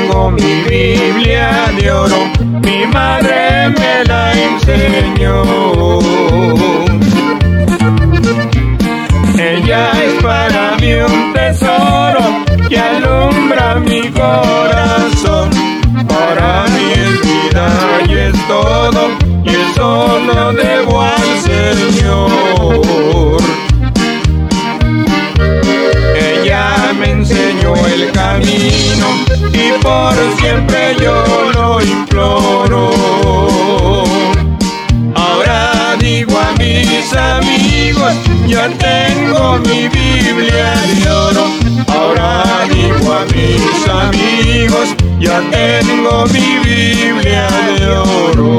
tengo mi Biblia de oro, mi madre me la enseñó. Ella es para mí un tesoro que alumbra mi corazón. Para mí es vida y es todo, y eso lo debo al Señor. Ella me enseñó el camino y por siempre yo lo imploro. Ahora digo a mis amigos, yo tengo mi Biblia de oro. Ahora digo a mis amigos, yo tengo mi Biblia de oro.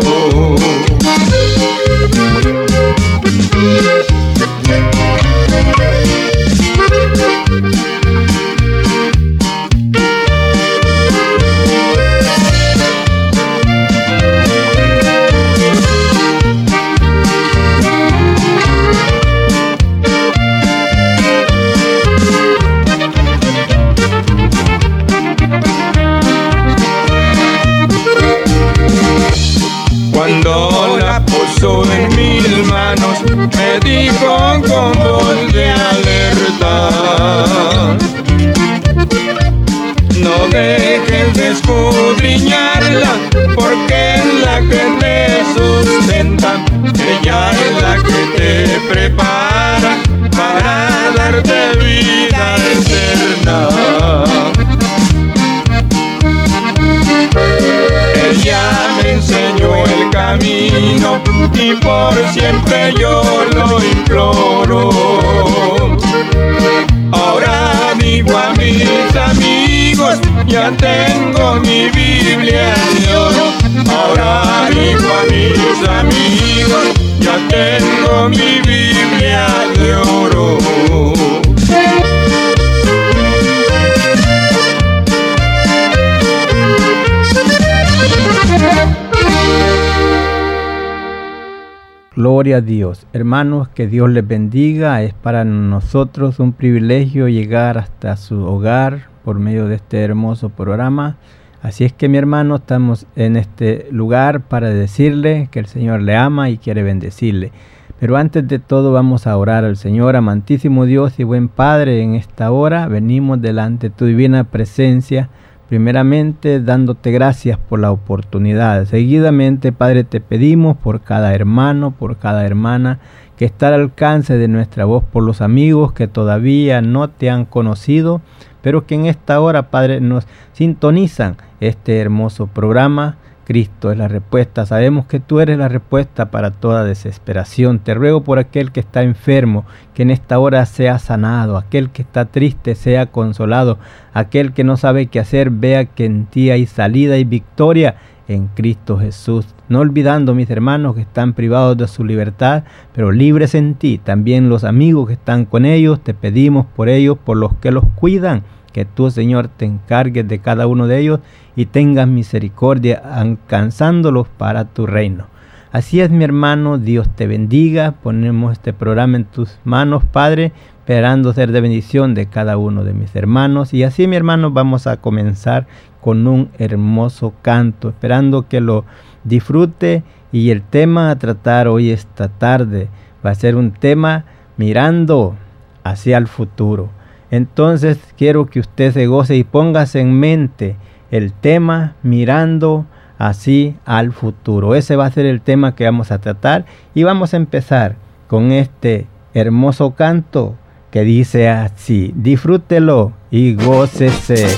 Cuando la puso en mis manos, me dijo con voz de alerta: no dejes de escudriñarla, porque es la que te sustenta. Ella es la que te prepara para darte vida eterna. Ella me enseñó el camino y por siempre yo lo imploro. Ahora digo a mis amigos, ya tengo mi Biblia de oro. Ahora digo a mis amigos, ya tengo mi Biblia de oro. Gloria a Dios. Hermanos, que Dios les bendiga. Es para nosotros un privilegio llegar hasta su hogar por medio de este hermoso programa. Así es que, mi hermano, estamos en este lugar para decirle que el Señor le ama y quiere bendecirle. Pero antes de todo vamos a orar al Señor. Amantísimo Dios y buen Padre, en esta hora venimos delante de tu divina presencia, primeramente dándote gracias por la oportunidad. Seguidamente, Padre, te pedimos por cada hermano, por cada hermana que está al alcance de nuestra voz, por los amigos que todavía no te han conocido, pero que en esta hora, Padre, nos sintonizan este hermoso programa. Cristo es la respuesta. Sabemos que tú eres la respuesta para toda desesperación. Te ruego por aquel que está enfermo, que en esta hora sea sanado. Aquel que está triste sea consolado. Aquel que no sabe qué hacer, vea que en ti hay salida y victoria en Cristo Jesús. No olvidando, mis hermanos, que están privados de su libertad, pero libres en ti. También los amigos que están con ellos, te pedimos por ellos, por los que los cuidan, que tú, Señor, te encargues de cada uno de ellos y tengas misericordia alcanzándolos para tu reino. Así es, mi hermano, Dios te bendiga. Ponemos este programa en tus manos, Padre, esperando ser de bendición de cada uno de mis hermanos. Y así, mi hermano, vamos a comenzar con un hermoso canto, esperando que lo disfrute. Y el tema a tratar hoy, esta tarde, va a ser un tema mirando hacia el futuro. Entonces quiero que usted se goce y póngase en mente el tema mirando así al futuro. Ese va a ser el tema que vamos a tratar y vamos a empezar con este hermoso canto que dice así. Disfrútelo y gócese.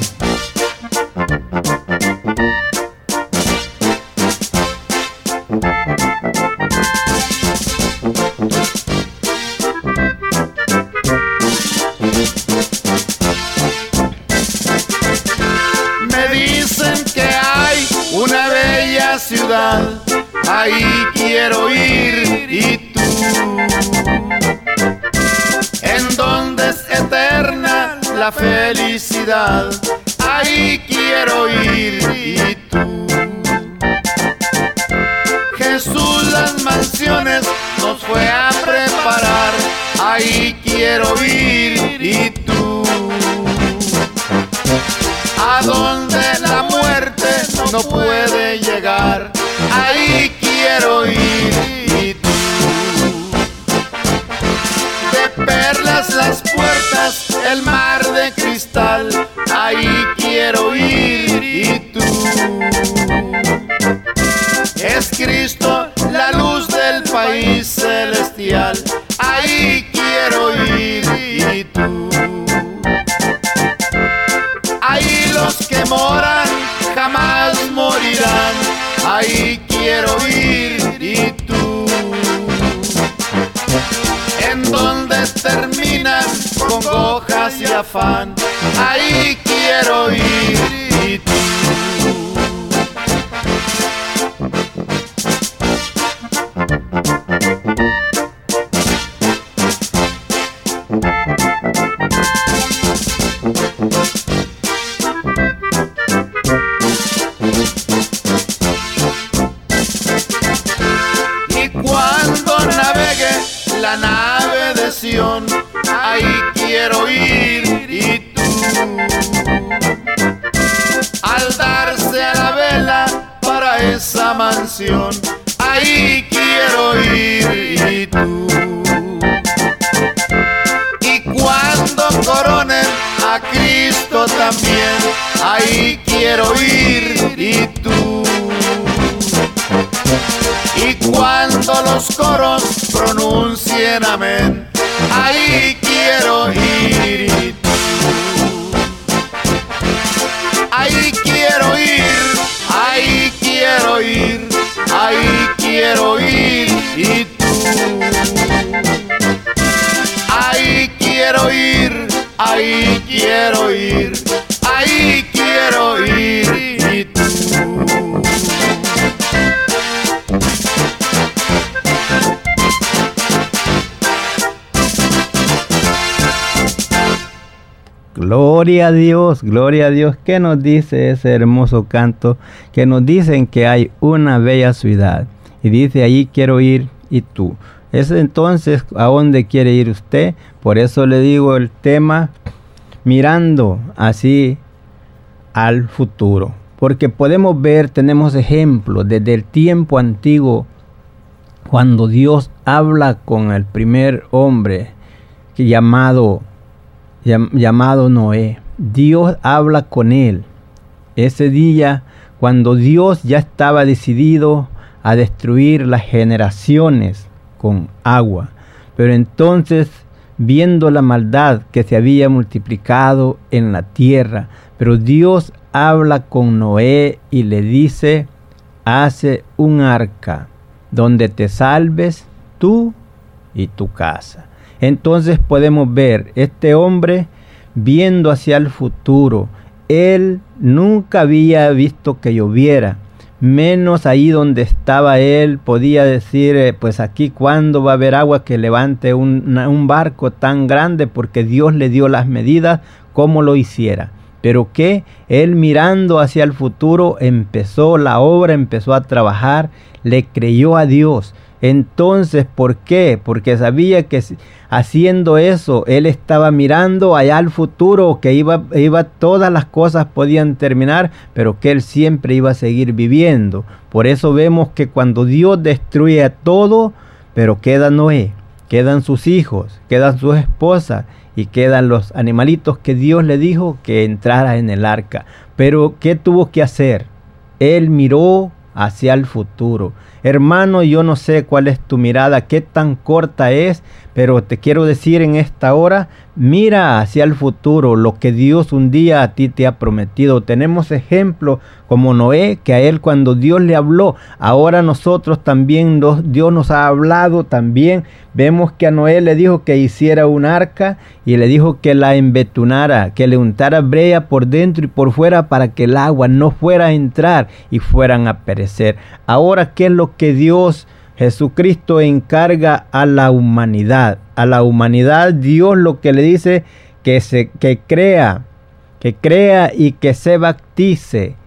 Ciudad, ahí quiero ir, y tú, en donde es eterna la felicidad, ahí quiero ir, y tú. Jesús las mansiones nos fue a preparar, ahí quiero ir, y tú, a donde la muerte no puede llegar. Ahí quiero ir y tú. De perlas las puertas, el mar de cristal, ahí quiero ir y tú. Es Cristo la luz del país celestial, ahí quiero ir y tú. Ahí los que moran jamás morirán, ahí quiero ir y tú. En donde terminan congojas y afán, ahí quiero ir y tú. Y cuando navegue la nave de Sion, ahí quiero ir y tú. Al darse a la vela para esa mansión, ahí quiero ir y tú. Y cuando coronen a Cristo también, ahí quiero ir y tú. Y cuando los coros pronuncien amén, ahí quiero ir y tú. Ahí quiero ir, ahí quiero ir, ahí quiero ir y tú. Ahí quiero ir, ahí quiero ir, ahí quiero ir y tú. Gloria a Dios, gloria a Dios. ¿Qué nos dice ese hermoso canto? Que nos dicen que hay una bella ciudad. Y dice, ahí quiero ir y tú. Es entonces, ¿a dónde quiere ir usted? Por eso le digo el tema, mirando así al futuro. Porque podemos ver, tenemos ejemplos desde el tiempo antiguo, cuando Dios habla con el primer hombre llamado Noé. Dios habla con él. Ese día, cuando Dios ya estaba decidido a destruir las generaciones con agua. Pero entonces, viendo la maldad que se había multiplicado en la tierra, pero Dios habla con Noé y le dice, hace un arca donde te salves tú y tu casa. Entonces podemos ver este hombre viendo hacia el futuro. Él nunca había visto que lloviera, menos ahí donde estaba él. Podía decir, pues aquí cuándo va a haber agua que levante un barco tan grande, porque Dios le dio las medidas cómo lo hiciera. Pero que él, mirando hacia el futuro, empezó la obra, empezó a trabajar, le creyó a Dios. Entonces, ¿por qué? Porque sabía que haciendo eso, él estaba mirando allá al futuro, que iba todas las cosas podían terminar, pero que él siempre iba a seguir viviendo. Por eso vemos que cuando Dios destruye a todo, pero queda Noé, quedan sus hijos, quedan sus esposas y quedan los animalitos que Dios le dijo que entrara en el arca. Pero ¿qué tuvo que hacer? Él miró hacia el futuro. Hermano, yo no sé cuál es tu mirada, qué tan corta es, pero te quiero decir en esta hora, mira hacia el futuro, lo que Dios un día a ti te ha prometido. Tenemos ejemplos como Noé, que a él cuando Dios le habló, ahora nosotros también, Dios nos ha hablado también. Vemos que a Noé le dijo que hiciera un arca y le dijo que la embetunara, que le untara brea por dentro y por fuera para que el agua no fuera a entrar y fueran a perecer. Ahora, ¿qué es lo que Dios, Jesucristo, encarga a la humanidad? A la humanidad Dios lo que le dice que crea y que se bautice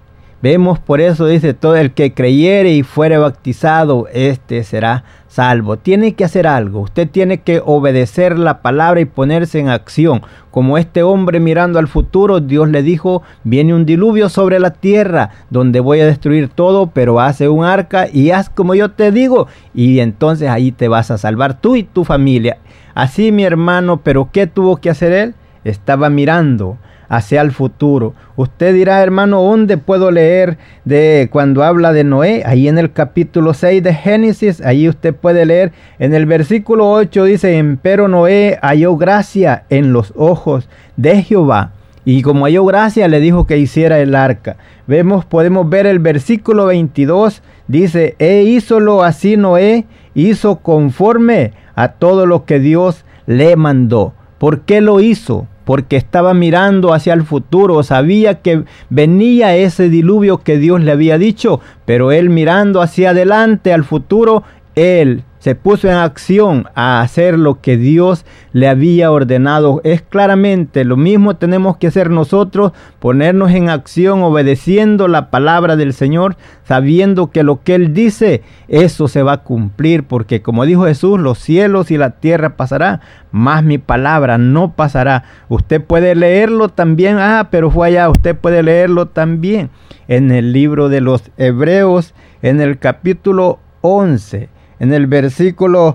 Vemos por eso, dice, todo el que creyere y fuere bautizado, este será salvo. Tiene que hacer algo. Usted tiene que obedecer la palabra y ponerse en acción. Como este hombre mirando al futuro, Dios le dijo, viene un diluvio sobre la tierra, donde voy a destruir todo, pero hace un arca y haz como yo te digo. Y entonces ahí te vas a salvar tú y tu familia. Así, mi hermano, pero ¿qué tuvo que hacer él? Estaba mirando hacia el futuro. Usted dirá, hermano, ¿dónde puedo leer de cuando habla de Noé? Ahí en el capítulo 6 de Génesis, ahí usted puede leer en el versículo 8, dice, empero Noé halló gracia en los ojos de Jehová. Y como halló gracia, le dijo que hiciera el arca. Podemos ver el versículo 22, dice, hízolo así Noé, hizo conforme a todo lo que Dios le mandó. ¿Por qué lo hizo? Porque estaba mirando hacia el futuro, sabía que venía ese diluvio que Dios le había dicho, pero él mirando hacia adelante al futuro, él se puso en acción a hacer lo que Dios le había ordenado. Es claramente lo mismo tenemos que hacer nosotros, ponernos en acción obedeciendo la palabra del Señor, sabiendo que lo que Él dice, eso se va a cumplir, porque como dijo Jesús, los cielos y la tierra pasará, mas mi palabra no pasará. Usted puede leerlo también, pero fue allá, usted puede leerlo también en el libro de los Hebreos, en el capítulo 11. En el versículo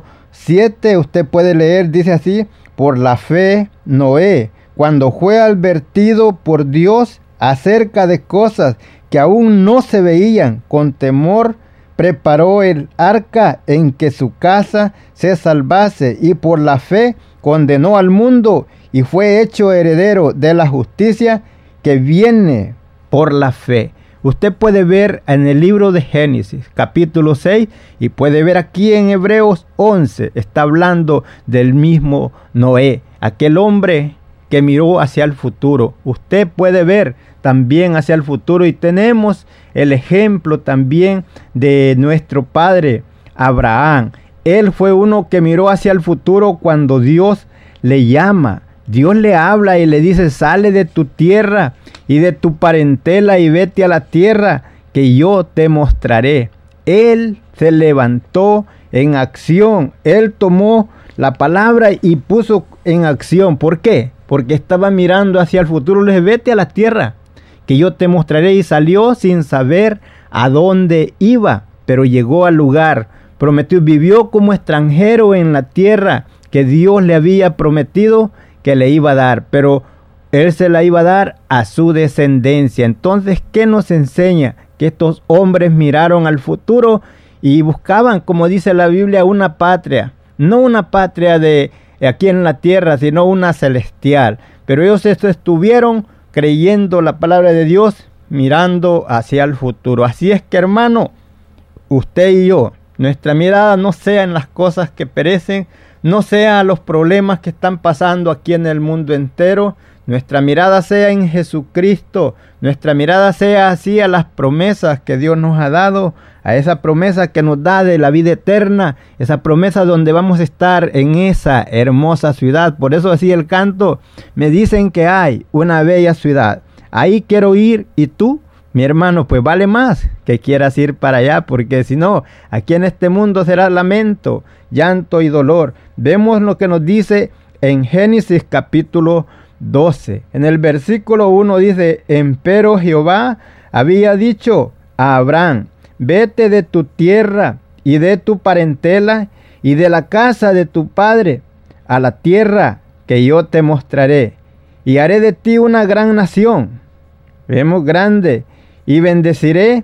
7 usted puede leer, dice así, por la fe Noé, cuando fue advertido por Dios acerca de cosas que aún no se veían, con temor preparó el arca en que su casa se salvase, y por la fe condenó al mundo y fue hecho heredero de la justicia que viene por la fe. Usted puede ver en el libro de Génesis, capítulo 6, y puede ver aquí en Hebreos 11, está hablando del mismo Noé, aquel hombre que miró hacia el futuro. Usted puede ver también hacia el futuro y tenemos el ejemplo también de nuestro padre Abraham. Él fue uno que miró hacia el futuro cuando Dios le llama. Dios le habla y le dice, sale de tu tierra y de tu parentela y vete a la tierra que yo te mostraré. Él se levantó en acción. Él tomó la palabra y puso en acción. ¿Por qué? Porque estaba mirando hacia el futuro. Le dice, vete a la tierra que yo te mostraré. Y salió sin saber a dónde iba, pero llegó al lugar prometido. Vivió como extranjero en la tierra que Dios le había prometido que le iba a dar, pero él se la iba a dar a su descendencia. Entonces, ¿qué nos enseña? Que estos hombres miraron al futuro y buscaban, como dice la Biblia, una patria, no una patria de aquí en la tierra, sino una celestial. Pero ellos estuvieron creyendo la palabra de Dios, mirando hacia el futuro. Así es que, hermano, usted y yo, nuestra mirada no sea en las cosas que perecen, no sea los problemas que están pasando aquí en el mundo entero. Nuestra mirada sea en Jesucristo. Nuestra mirada sea así a las promesas que Dios nos ha dado, a esa promesa que nos da de la vida eterna, esa promesa donde vamos a estar en esa hermosa ciudad. Por eso así el canto, me dicen que hay una bella ciudad. Ahí quiero ir, y tú, mi hermano, pues vale más que quieras ir para allá, porque si no, aquí en este mundo será lamento, llanto y dolor. Vemos lo que nos dice en Génesis capítulo 12. En el versículo 1 dice, empero Jehová había dicho a Abraham, vete de tu tierra y de tu parentela y de la casa de tu padre a la tierra que yo te mostraré, y haré de ti una gran nación. Vemos grande. Y bendeciré,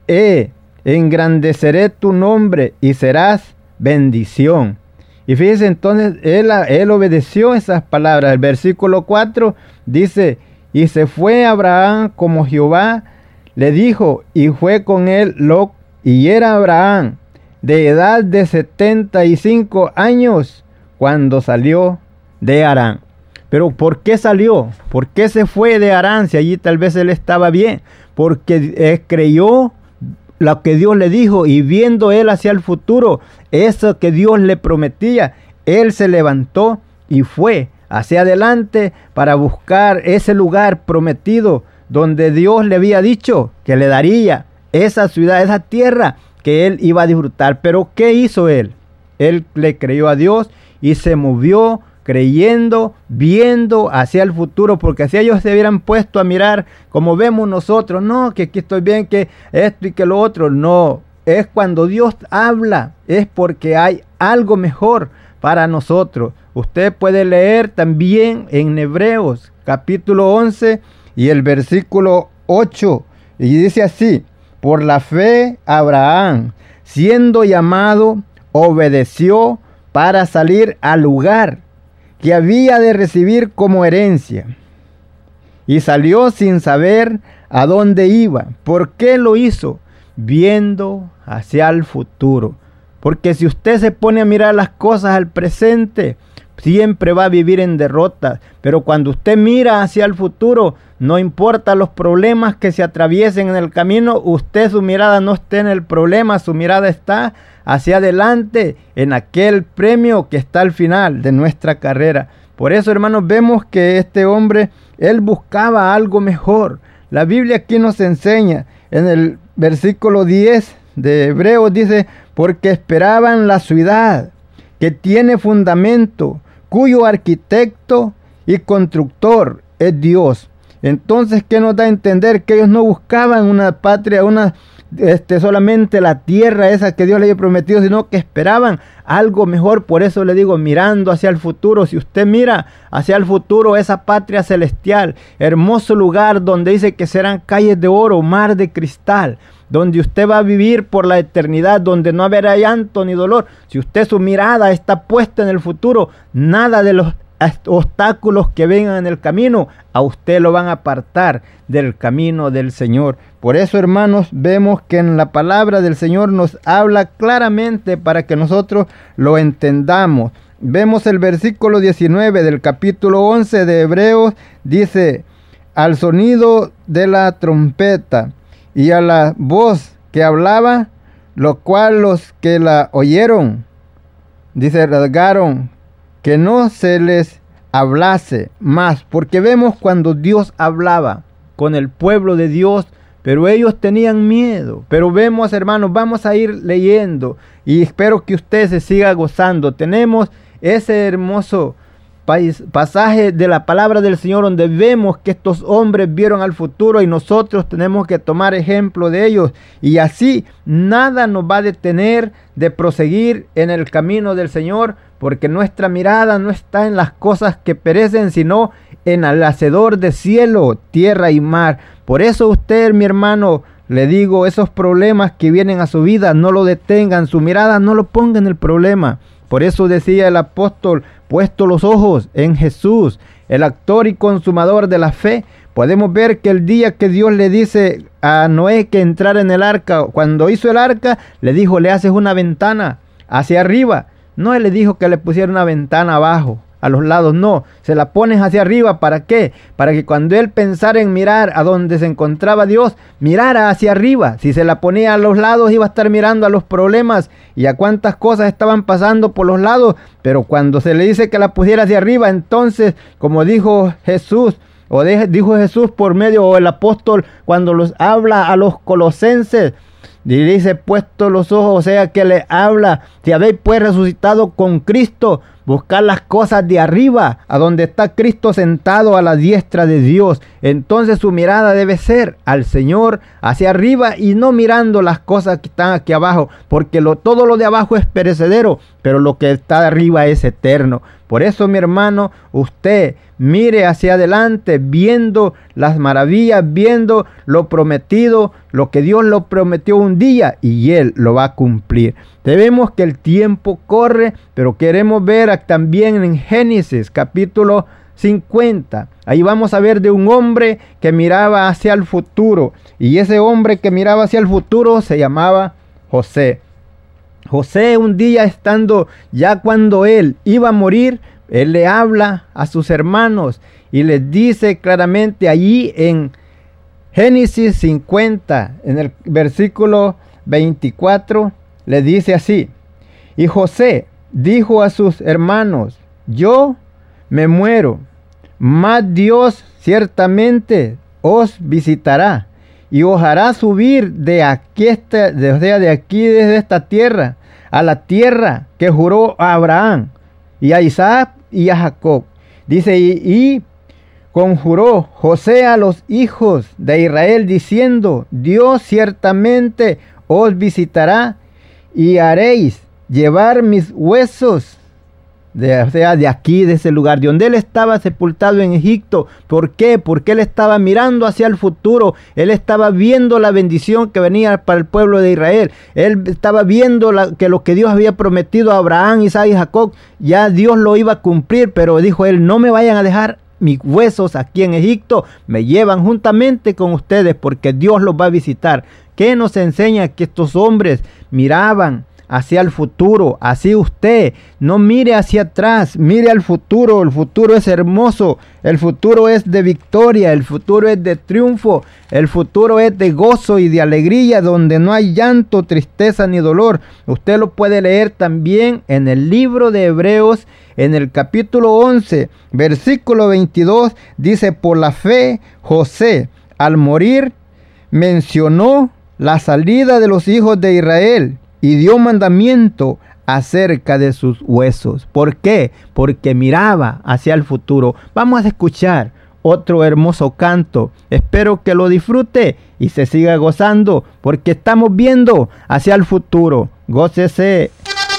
engrandeceré tu nombre y serás bendición. Y fíjense, entonces él obedeció esas palabras. El versículo 4 dice, y se fue Abraham como Jehová le dijo, y fue con él Lot, y era Abraham de edad de 75 años cuando salió de Harán. Pero ¿por qué salió? ¿Por qué se fue de Harán si allí tal vez él estaba bien? Porque creyó lo que Dios le dijo, y viendo él hacia el futuro, eso que Dios le prometía, él se levantó y fue hacia adelante para buscar ese lugar prometido donde Dios le había dicho que le daría esa ciudad, esa tierra que él iba a disfrutar. Pero ¿qué hizo él? Él le creyó a Dios y se movió creyendo, viendo hacia el futuro, porque si ellos se hubieran puesto a mirar como vemos nosotros, no, que aquí estoy bien, que esto y que lo otro, no, es cuando Dios habla, es porque hay algo mejor para nosotros. Usted puede leer también en Hebreos capítulo 11 y el versículo 8, y dice así: por la fe Abraham, siendo llamado, obedeció para salir al lugar que había de recibir como herencia, y salió sin saber a dónde iba. ¿Por qué lo hizo? Viendo hacia el futuro. Porque si usted se pone a mirar las cosas al presente, siempre va a vivir en derrota. Pero cuando usted mira hacia el futuro, no importa los problemas que se atraviesen en el camino, usted, su mirada no está en el problema, su mirada está hacia adelante, en aquel premio que está al final de nuestra carrera. Por eso, hermanos, vemos que este hombre, él buscaba algo mejor. La Biblia aquí nos enseña, en el versículo 10 de Hebreos, dice: porque esperaban la ciudad que tiene fundamento, cuyo arquitecto y constructor es Dios. Entonces, ¿qué nos da a entender? Que ellos no buscaban una patria, solamente la tierra esa que Dios le había prometido, sino que esperaban algo mejor. Por eso le digo, mirando hacia el futuro. Si usted mira hacia el futuro, esa patria celestial, hermoso lugar donde dice que serán calles de oro, mar de cristal, donde usted va a vivir por la eternidad, donde no habrá llanto ni dolor. Si usted, su mirada está puesta en el futuro, nada de los obstáculos que vengan en el camino a usted lo van a apartar del camino del Señor. Por eso, hermanos, vemos que en la palabra del Señor nos habla claramente para que nosotros lo entendamos. Vemos el versículo 19 del capítulo 11 de Hebreos, dice: al sonido de la trompeta y a la voz que hablaba, lo cual los que la oyeron, dice, rasgaron que no se les hablase más. Porque vemos cuando Dios hablaba con el pueblo de Dios, pero ellos tenían miedo. Pero vemos, hermanos, vamos a ir leyendo y espero que usted se siga gozando. Tenemos ese hermoso pasaje de la palabra del Señor donde vemos que estos hombres vieron al futuro y nosotros tenemos que tomar ejemplo de ellos, y así nada nos va a detener de proseguir en el camino del Señor, porque nuestra mirada no está en las cosas que perecen, sino en el hacedor de cielo, tierra y mar. Por eso usted, mi hermano, le digo, esos problemas que vienen a su vida, no lo detengan, su mirada no lo ponga en el problema. Por eso decía el apóstol: puesto los ojos en Jesús, el autor y consumador de la fe. Podemos ver que el día que Dios le dice a Noé que entrara en el arca, cuando hizo el arca, le dijo: le haces una ventana hacia arriba. No le dijo que le pusiera una ventana abajo, a los lados, no, se la pones hacia arriba. ¿Para qué? Para que cuando él pensara en mirar a donde se encontraba Dios, mirara hacia arriba. Si se la ponía a los lados, iba a estar mirando a los problemas y a cuántas cosas estaban pasando por los lados. Pero cuando se le dice que la pusiera hacia arriba, entonces, como dijo Jesús, dijo Jesús por medio, o el apóstol, cuando los habla a los colosenses, y dice: puesto los ojos, o sea que le habla: si habéis pues resucitado con Cristo, buscar las cosas de arriba, a donde está Cristo sentado a la diestra de Dios. Entonces su mirada debe ser al Señor, hacia arriba, y no mirando las cosas que están aquí abajo, porque todo lo de abajo es perecedero, pero lo que está arriba es eterno. Por eso, mi hermano, usted mire hacia adelante, viendo las maravillas, viendo lo prometido, lo que Dios lo prometió un día, y Él lo va a cumplir. Debemos que el tiempo corre, pero queremos ver también en Génesis capítulo 50. Ahí vamos a ver de un hombre que miraba hacia el futuro, y ese hombre que miraba hacia el futuro se llamaba José. José, un día estando ya cuando él iba a morir, él le habla a sus hermanos y les dice claramente allí en Génesis 50, en el versículo 24, le dice así: y José dijo a sus hermanos: yo me muero, mas Dios ciertamente os visitará y os hará subir de aquí, desde esta tierra, a la tierra que juró a Abraham y a Isaac y a Jacob. Dice, y conjuró José a los hijos de Israel diciendo, Dios ciertamente os visitará y haréis llevar mis huesos de aquí, de ese lugar, de donde él estaba sepultado en Egipto. ¿Por qué? Porque él estaba mirando hacia el futuro. Él estaba viendo la bendición que venía para el pueblo de Israel. Él estaba viendo que lo que Dios había prometido a Abraham, Isaac y Jacob, ya Dios lo iba a cumplir. Pero dijo él, no me vayan a dejar mis huesos aquí en Egipto, me llevan juntamente con ustedes porque Dios los va a visitar. ¿Qué nos enseña? Que estos hombres miraban hacia el futuro. Así usted no mire hacia atrás, mire al futuro. El futuro es hermoso, el futuro es de victoria, el futuro es de triunfo, el futuro es de gozo y de alegría, donde no hay llanto, tristeza ni dolor. Usted lo puede leer también en el libro de Hebreos, en el capítulo 11, versículo 22, dice, por la fe José al morir mencionó la salida de los hijos de Israel y dio mandamiento acerca de sus huesos. ¿Por qué? Porque miraba hacia el futuro. Vamos a escuchar otro hermoso canto. Espero que lo disfrute y se siga gozando, porque estamos viendo hacia el futuro. Gócese.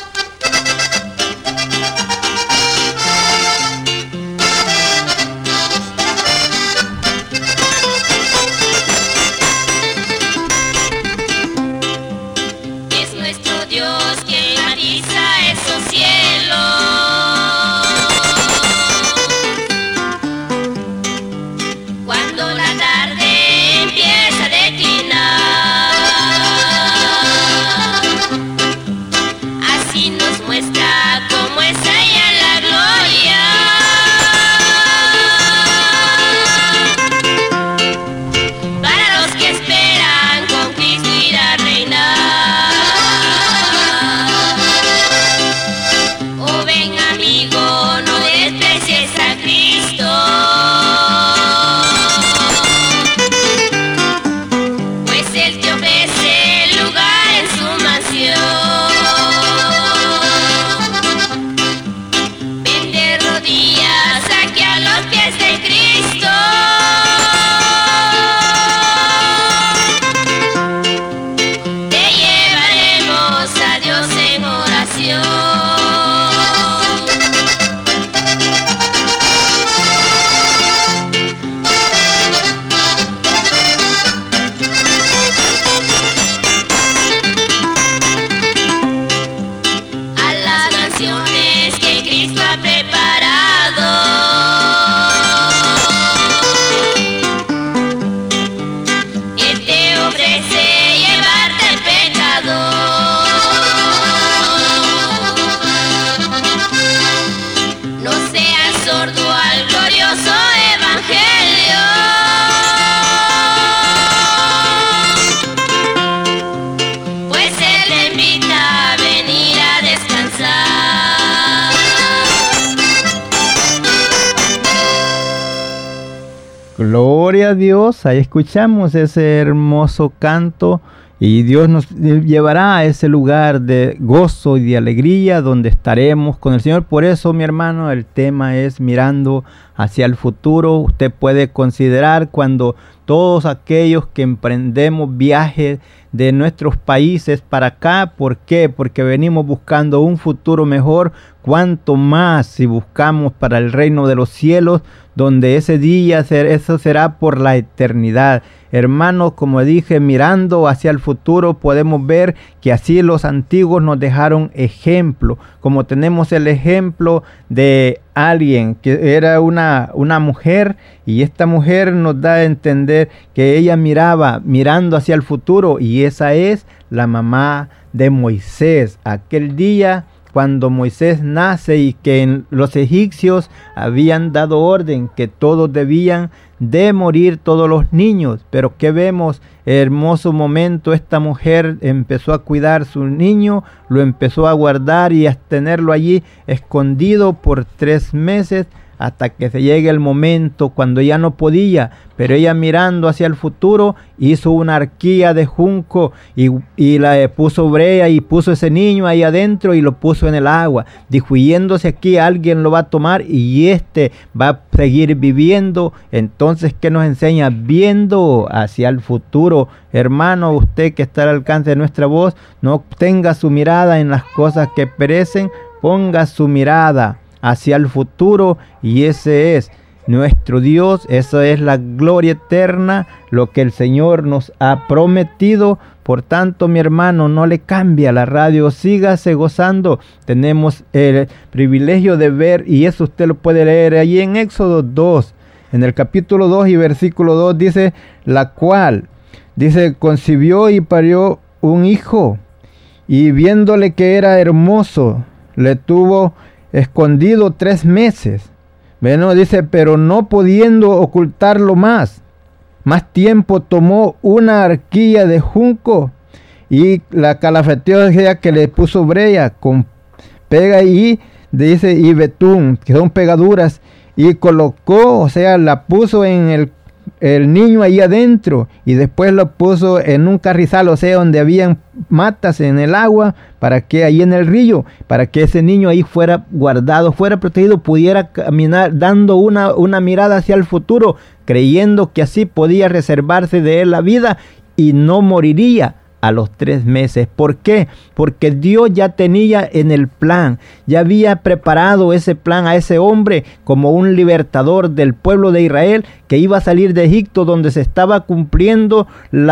Gloria a Dios, ahí escuchamos ese hermoso canto y Dios nos llevará a ese lugar de gozo y de alegría donde estaremos con el Señor. Por eso, mi hermano, el tema es mirando hacia el futuro. Usted puede considerar cuando todos aquellos que emprendemos viajes de nuestros países para acá. ¿Por qué? Porque venimos buscando un futuro mejor. Cuanto más si buscamos para el reino de los cielos, donde ese día, eso será por la eternidad. Hermanos, como dije, mirando hacia el futuro podemos ver que así los antiguos nos dejaron ejemplo, como tenemos el ejemplo de alguien que era una mujer, y esta mujer nos da a entender que ella mirando hacia el futuro, y esa es la mamá de Moisés. Aquel día cuando Moisés nace y que los egipcios habían dado orden que todos debían de morir, todos los niños. Pero ¿qué vemos? Hermoso momento, esta mujer empezó a cuidar su niño, lo empezó a guardar y a tenerlo allí escondido por 3 meses, hasta que se llegue el momento cuando ya no podía, pero ella mirando hacia el futuro hizo una arquilla de junco y la puso brea y puso ese niño ahí adentro y lo puso en el agua. Dijo, yéndose aquí alguien lo va a tomar y este va a seguir viviendo. Entonces, ¿qué nos enseña? Viendo hacia el futuro. Hermano, usted que está al alcance de nuestra voz, no tenga su mirada en las cosas que perecen, ponga su mirada hacia el futuro, y ese es nuestro Dios, esa es la gloria eterna, lo que el Señor nos ha prometido. Por tanto, mi hermano, no le cambie a la radio, sígase gozando. Tenemos el privilegio de ver, y eso usted lo puede leer allí en Éxodo 2, en el capítulo 2 y versículo 2, dice, la cual, dice, concibió y parió un hijo, y viéndole que era hermoso, le tuvo escondido 3 meses. Bueno, dice, pero no pudiendo ocultarlo más tiempo, tomó una arquilla de junco y la calafeteó, que le puso brea con pega y dice y betún, que son pegaduras, y colocó, o sea, la puso en el niño ahí adentro, y después lo puso en un carrizal, o sea, donde habían matas en el agua, para que ahí en el río, para que ese niño ahí fuera guardado, fuera protegido, pudiera caminar dando una mirada hacia el futuro, creyendo que así podía reservarse de él la vida y no moriría a los 3 meses. ¿Por qué? Porque Dios ya tenía en el plan, ya había preparado ese plan a ese hombre como un libertador del pueblo de Israel, que iba a salir de Egipto, donde se estaba cumpliendo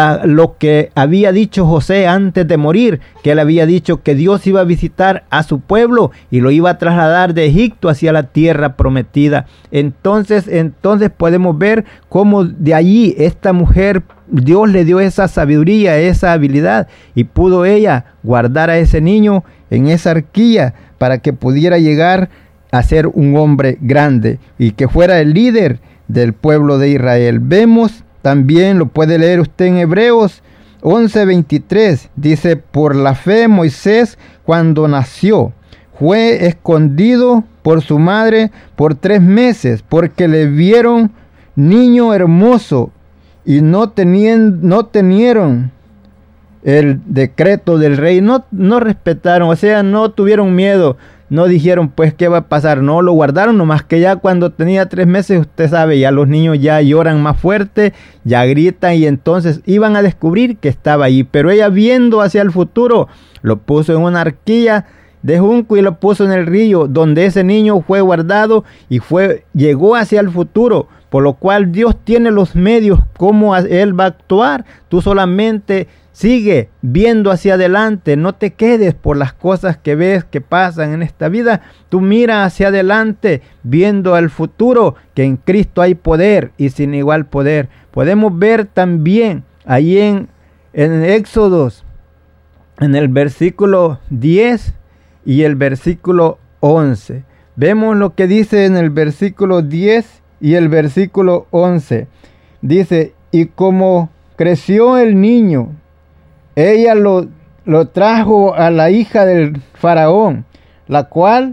lo que había dicho José antes de morir, que él había dicho que Dios iba a visitar a su pueblo y lo iba a trasladar de Egipto hacia la tierra prometida. Entonces podemos ver cómo de allí esta mujer, Dios le dio esa sabiduría, esa habilidad, y pudo ella guardar a ese niño en esa arquilla para que pudiera llegar a ser un hombre grande y que fuera el líder del pueblo de Israel. Vemos también, lo puede leer usted en Hebreos 11:23, dice, por la fe Moisés, cuando nació, fue escondido por su madre por 3 meses, porque le vieron niño hermoso, y no tenieron el decreto del rey, no respetaron, o sea, no tuvieron miedo, no dijeron pues qué va a pasar, no, lo guardaron, nomás que ya cuando tenía 3 meses, usted sabe, ya los niños ya lloran más fuerte, ya gritan, y entonces iban a descubrir que estaba allí. Pero ella, viendo hacia el futuro, lo puso en una arquilla de junco y lo puso en el río, donde ese niño fue guardado y llegó hacia el futuro. Por lo cual Dios tiene los medios, cómo Él va a actuar. Tú solamente sigue viendo hacia adelante, no te quedes por las cosas que ves que pasan en esta vida. Tú mira hacia adelante, viendo al futuro, que en Cristo hay poder y sin igual poder. Podemos ver también ahí en Éxodos, en el versículo 10 y el versículo 11. Vemos lo que dice en el versículo 10 y el versículo 11. Dice, y como creció el niño, ella lo trajo a la hija del faraón, la cual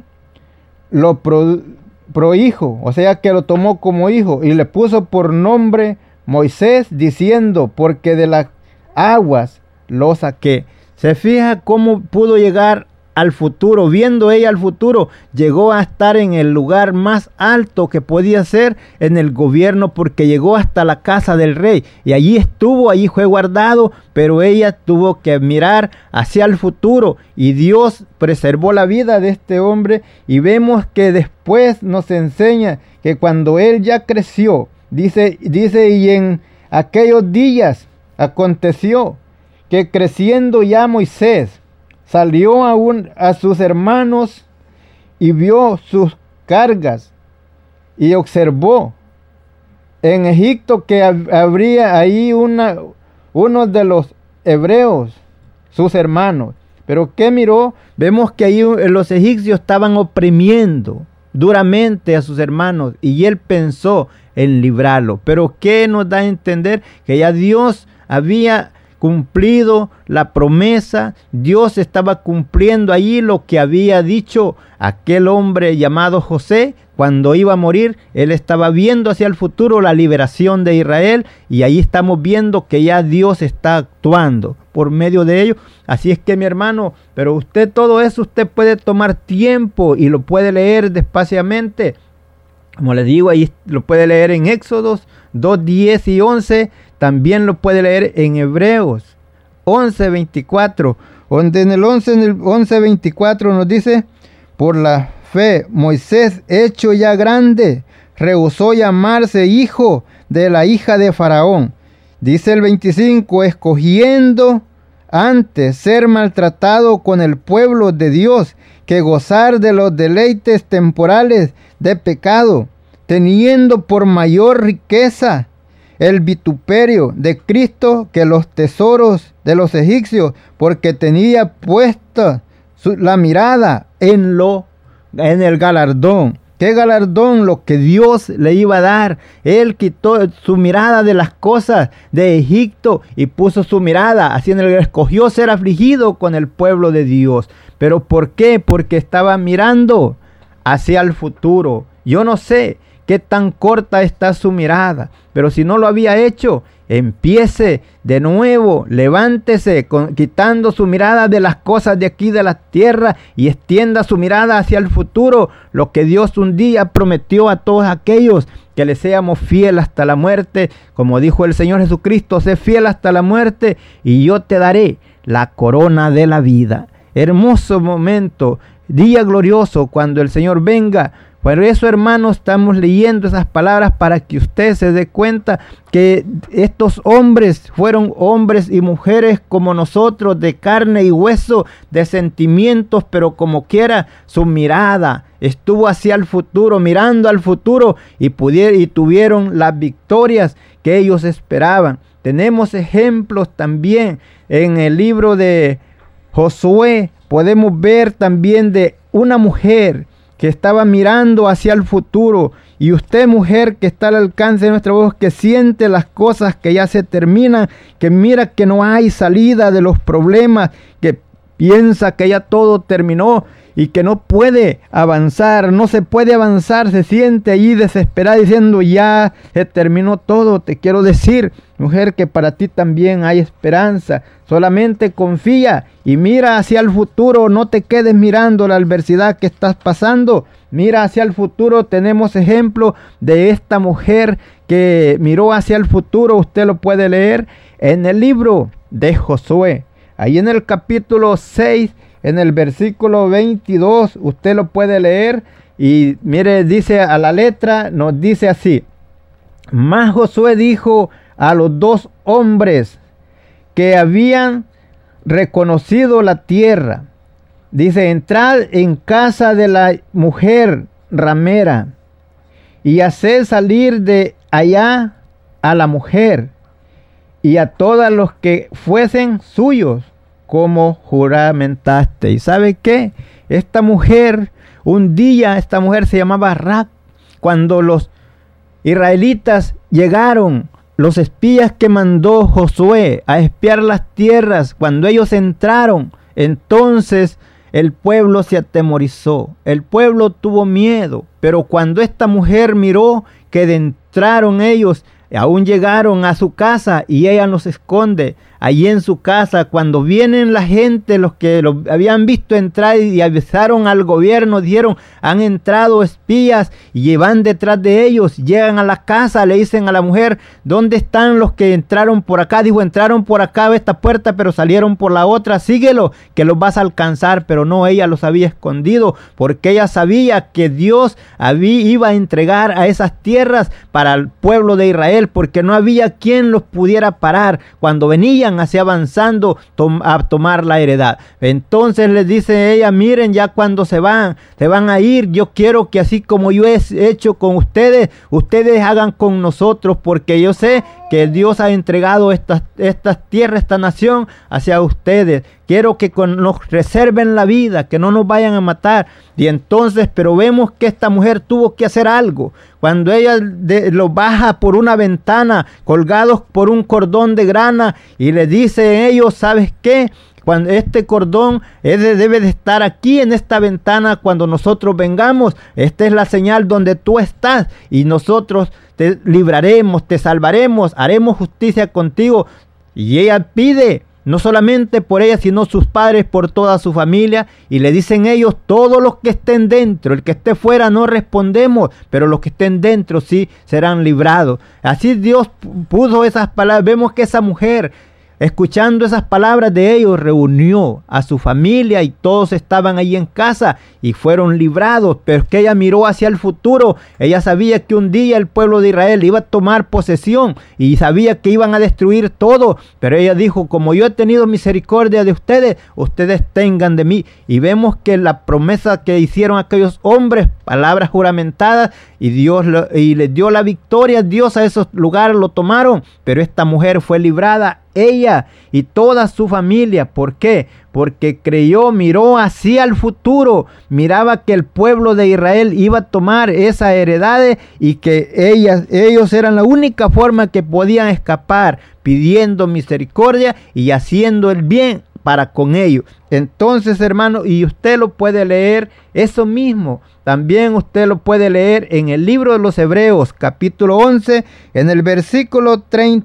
lo prohijo, o sea que lo tomó como hijo, y le puso por nombre Moisés, diciendo, porque de las aguas lo saqué. Se fija cómo pudo llegar al futuro, viendo ella al futuro, llegó a estar en el lugar más alto que podía ser en el gobierno, porque llegó hasta la casa del rey, y allí estuvo, allí fue guardado, pero ella tuvo que mirar hacia el futuro, y Dios preservó la vida de este hombre. Y vemos que después nos enseña que cuando él ya creció, dice, y en aquellos días aconteció que creciendo ya Moisés, salió a sus hermanos y vio sus cargas, y observó en Egipto que habría ahí uno de los hebreos, sus hermanos. Pero ¿qué miró? Vemos que ahí los egipcios estaban oprimiendo duramente a sus hermanos, y él pensó en librarlo. Pero ¿qué nos da a entender? Que ya Dios había cumplido la promesa. Dios estaba cumpliendo allí lo que había dicho aquel hombre llamado José. Cuando iba a morir, él estaba viendo hacia el futuro la liberación de Israel, y ahí estamos viendo que ya Dios está actuando por medio de ello. Así es que, mi hermano, pero usted todo eso usted puede tomar tiempo y lo puede leer despaciamente. Como les digo, ahí lo puede leer en Éxodos 2, 10 y 11. También lo puede leer en Hebreos 11, 24. Donde en el 11, 24 nos dice: por la fe, Moisés, hecho ya grande, rehusó llamarse hijo de la hija de Faraón. Dice el 25, escogiendo antes ser maltratado con el pueblo de Dios que gozar de los deleites temporales de pecado, teniendo por mayor riqueza el vituperio de Cristo que los tesoros de los egipcios, porque tenía puesta la mirada en el galardón. ¿Qué galardón? Lo que Dios le iba a dar. Él quitó su mirada de las cosas de Egipto y puso su mirada, así en el escogió ser afligido con el pueblo de Dios. ¿Pero por qué? Porque estaba mirando hacia el futuro. Yo no sé qué tan corta está su mirada, pero si no lo había hecho, empiece de nuevo, levántese, quitando su mirada de las cosas de aquí de la tierra, y extienda su mirada hacia el futuro, lo que Dios un día prometió a todos aquellos que le seamos fieles hasta la muerte. Como dijo el Señor Jesucristo: sé fiel hasta la muerte y yo te daré la corona de la vida. Hermoso momento, día glorioso cuando el Señor venga. Por eso, hermanos, estamos leyendo esas palabras para que usted se dé cuenta que estos hombres fueron hombres y mujeres como nosotros, de carne y hueso, de sentimientos, pero como quiera su mirada estuvo hacia el futuro, mirando al futuro, y tuvieron las victorias que ellos esperaban. Tenemos ejemplos también en el libro de Josué. Podemos ver también de una mujer que estaba mirando hacia el futuro. Y usted, mujer, que está al alcance de nuestra voz, que siente las cosas que ya se terminan, que mira que no hay salida de los problemas, que piensa que ya todo terminó y que no puede avanzar, no se puede avanzar, se siente allí desesperada diciendo: ya se terminó todo. Te quiero decir, mujer, que para ti también hay esperanza. Solamente confía y mira hacia el futuro. No te quedes mirando la adversidad que estás pasando. Mira hacia el futuro. Tenemos ejemplo de esta mujer que miró hacia el futuro. Usted lo puede leer en el libro de Josué. Ahí en el capítulo 6, en el versículo 22, usted lo puede leer. Y mire, dice a la letra, nos dice así: mas Josué dijo a los 2 hombres que habían reconocido la tierra, dice: entrad en casa de la mujer ramera y haced salir de allá a la mujer y a todos los que fuesen suyos, como juramentaste. ¿Y sabe qué? Esta mujer se llamaba Rahab. Cuando los israelitas llegaron, los espías que mandó Josué a espiar las tierras, cuando ellos entraron, entonces el pueblo se atemorizó, el pueblo tuvo miedo. Pero cuando esta mujer miró que entraron ellos, aún llegaron a su casa, y ella los esconde allí en su casa. Cuando vienen la gente, los que lo habían visto entrar y avisaron al gobierno, dijeron: han entrado espías, y van detrás de ellos. Llegan a la casa, le dicen a la mujer: ¿dónde están los que entraron por acá? Dijo: entraron por acá a esta puerta, pero salieron por la otra. Síguelo, que los vas a alcanzar. Pero no, ella los había escondido, porque ella sabía que Dios iba a entregar a esas tierras para el pueblo de Israel, porque no había quien los pudiera parar cuando venían así avanzando a tomar la heredad. Entonces les dice ella: miren, ya cuando se van a ir, yo quiero que así como yo he hecho con ustedes, ustedes hagan con nosotros, porque yo sé que que Dios ha entregado estas tierras, esta nación hacia ustedes. Quiero que nos reserven la vida, que no nos vayan a matar. Y entonces, pero vemos que esta mujer tuvo que hacer algo. Cuando ella los baja por una ventana, colgados por un cordón de grana, y le dice a ellos, ¿sabes qué? Cuando este cordón debe de estar aquí en esta ventana cuando nosotros vengamos. Esta es la señal donde tú estás y nosotros te libraremos, te salvaremos, haremos justicia contigo. Y ella pide, no solamente por ella, sino sus padres, por toda su familia. Y le dicen ellos, todos los que estén dentro, el que esté fuera no respondemos, pero los que estén dentro sí serán librados. Así Dios puso esas palabras. Vemos que esa mujer, escuchando esas palabras de ellos, reunió a su familia y todos estaban ahí en casa y fueron librados. Pero es que ella miró hacia el futuro. Ella sabía que un día el pueblo de Israel iba a tomar posesión y sabía que iban a destruir todo. Pero ella dijo, como yo he tenido misericordia de ustedes, ustedes tengan de mí. Y vemos que la promesa que hicieron aquellos hombres, palabras juramentadas, y Dios les dio la victoria. Dios a esos lugares lo tomaron, pero esta mujer fue librada, ella y toda su familia. ¿Por qué? Porque creyó, miró hacia el futuro, miraba que el pueblo de Israel iba a tomar esa heredad y que ellos eran la única forma que podían escapar, pidiendo misericordia y haciendo el bien para con ellos. Entonces, hermano, y usted lo puede leer eso mismo. También usted lo puede leer en el libro de los Hebreos, capítulo 11, en el versículo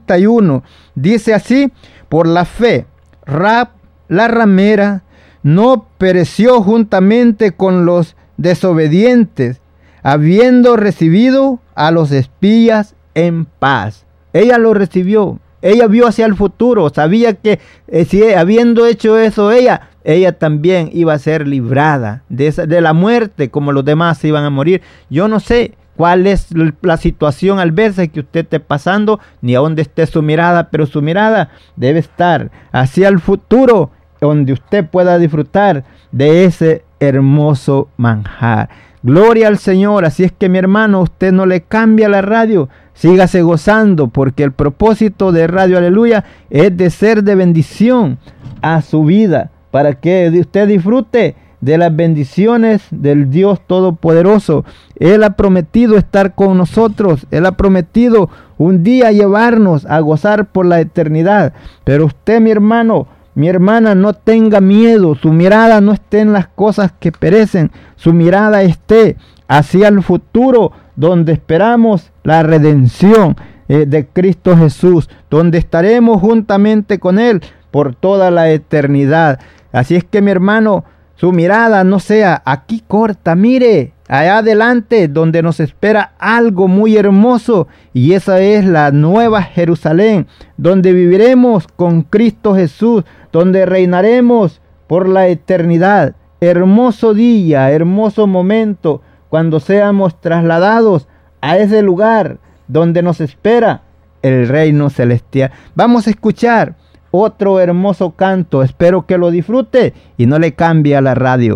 31. Dice así: por la fe, Rahab, la ramera, no pereció juntamente con los desobedientes, habiendo recibido a los espías en paz. Ella lo recibió. Ella vio hacia el futuro, sabía que si habiendo hecho eso ella también iba a ser librada de la muerte, como los demás iban a morir. Yo no sé cuál es la situación al verse que usted esté pasando, ni a dónde esté su mirada, pero su mirada debe estar hacia el futuro, donde usted pueda disfrutar de ese hermoso manjar. Gloria al Señor. Así es que, mi hermano, usted no le cambia la radio, sígase gozando, porque el propósito de Radio Aleluya es de ser de bendición a su vida, para que usted disfrute de las bendiciones del Dios Todopoderoso. Él ha prometido estar con nosotros, Él ha prometido un día llevarnos a gozar por la eternidad. Pero usted, mi hermano, mi hermana, no tenga miedo. Su mirada no esté en las cosas que perecen, su mirada esté hacia el futuro, donde esperamos la redención de Cristo Jesús, donde estaremos juntamente con Él por toda la eternidad. Así es que, mi hermano, su mirada no sea aquí corta, mire allá adelante, donde nos espera algo muy hermoso, y esa es la nueva Jerusalén, donde viviremos con Cristo Jesús, donde reinaremos por la eternidad. Hermoso día, hermoso momento, cuando seamos trasladados a ese lugar donde nos espera el reino celestial. Vamos a escuchar otro hermoso canto. Espero que lo disfrute y no le cambie a la radio.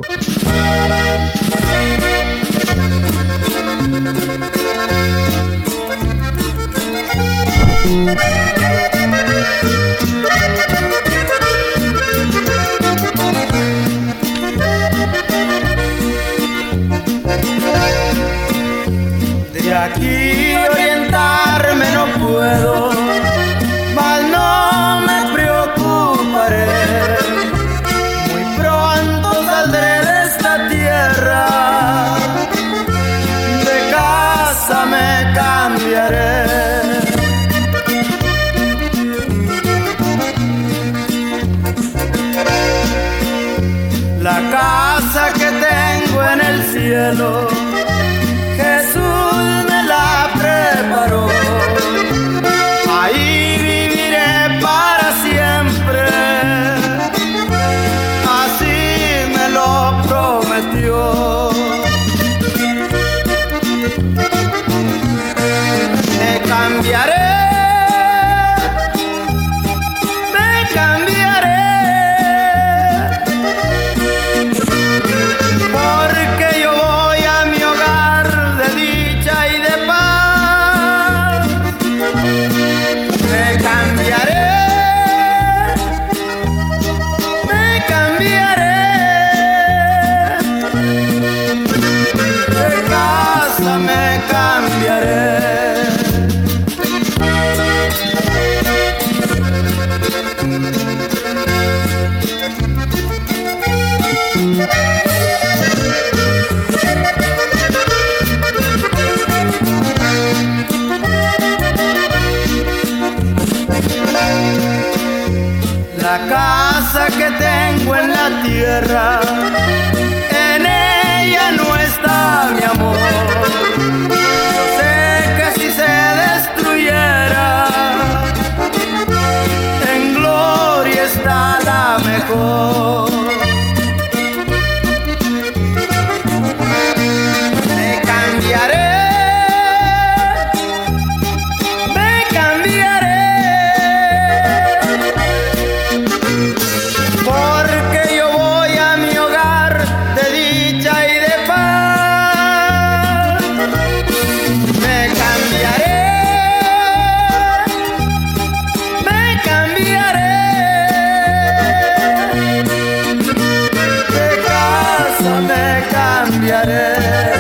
De aquí orientarme no puedo, mas no me preocuparé. Muy pronto saldré de esta tierra, de casa me cambiaré. La casa que tengo en el cielo, Jesús me la preparó. Ahí viviré para siempre, así me lo prometió. Me cambiaré, me cambiaré, porque yo voy a mi casa que tengo en la tierra, en ella no está mi amor. Yo sé que si se destruyera, en gloria está la mejor. Me cambiaré, porque yo voy a mi hogar de dicha y de paz. Me cambiaré, de casa me cambiaré.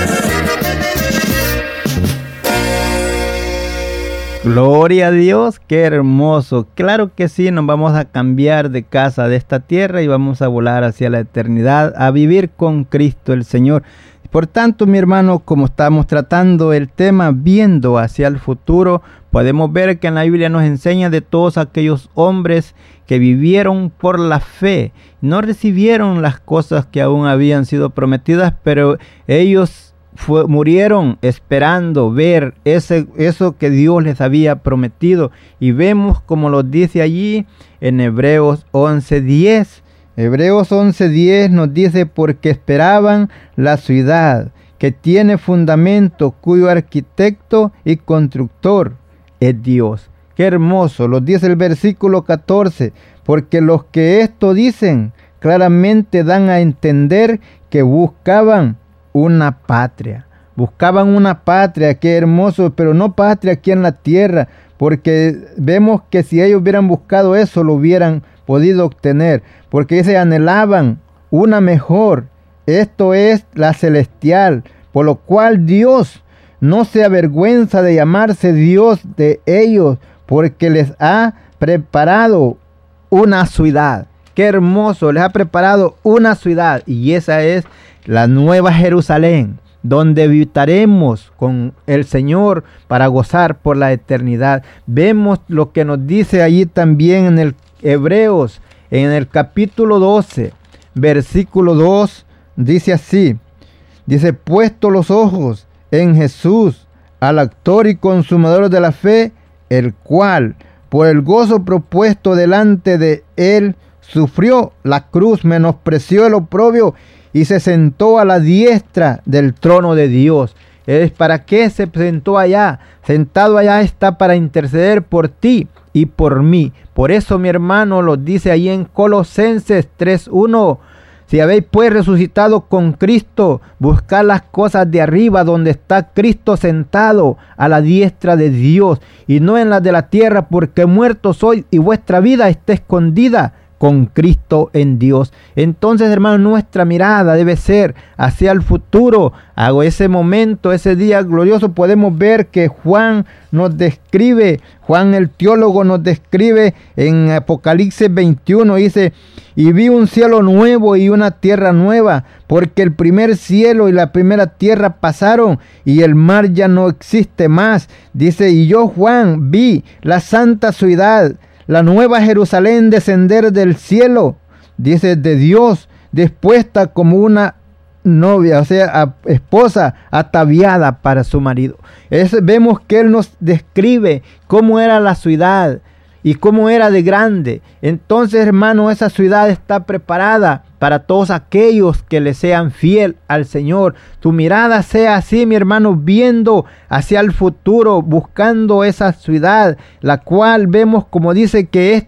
Gloria a Dios, qué hermoso. Claro que sí, nos vamos a cambiar de casa, de esta tierra, y vamos a volar hacia la eternidad, a vivir con Cristo el Señor. Por tanto, mi hermano, como estamos tratando el tema viendo hacia el futuro, podemos ver que en la Biblia nos enseña de todos aquellos hombres que vivieron por la fe. No recibieron las cosas que aún habían sido prometidas, pero ellos murieron esperando ver eso que Dios les había prometido. Y vemos como lo dice allí en Hebreos 11:10. Hebreos 11:10 nos dice: porque esperaban la ciudad que tiene fundamento, cuyo arquitecto y constructor es Dios. Qué hermoso, lo dice el versículo 14. Porque los que esto dicen claramente dan a entender que buscaban una patria. Buscaban una patria, qué hermoso, pero no patria aquí en la tierra, porque vemos que si ellos hubieran buscado eso, lo hubieran podido obtener, porque se anhelaban una mejor, esto es la celestial, por lo cual Dios no se avergüenza de llamarse Dios de ellos, porque les ha preparado una ciudad. Qué hermoso, les ha preparado una ciudad, y esa es la Nueva Jerusalén, donde habitaremos con el Señor para gozar por la eternidad. Vemos lo que nos dice allí también en el Hebreos, en el capítulo 12, versículo 2, dice así, dice: puesto los ojos en Jesús, al autor y consumador de la fe, el cual, por el gozo propuesto delante de él, sufrió la cruz, menospreció el oprobio y se sentó a la diestra del trono de Dios. ¿Para qué se sentó allá? Sentado allá está para interceder por ti y por mí. Por eso, mi hermano, lo dice ahí en Colosenses 3:1. Si habéis pues resucitado con Cristo, buscad las cosas de arriba, donde está Cristo sentado a la diestra de Dios, y no en las de la tierra, porque muertos sois y vuestra vida está escondida con Cristo en Dios. Entonces, hermano, nuestra mirada debe ser hacia el futuro, a ese momento, ese día glorioso. Podemos ver que Juan nos describe, Juan el teólogo nos describe en Apocalipsis 21, dice: y vi un cielo nuevo y una tierra nueva, porque el primer cielo y la primera tierra pasaron y el mar ya no existe más. Dice: y yo, Juan, vi la santa ciudad, la nueva Jerusalén, descender del cielo, dice, de Dios, dispuesta como una novia, o sea, esposa ataviada para su marido. Vemos que él nos describe cómo era la ciudad y cómo era de grande. Entonces, hermano, esa ciudad está preparada para todos aquellos que le sean fiel al Señor. Tu mirada sea así, mi hermano, viendo hacia el futuro, buscando esa ciudad, la cual vemos como dice que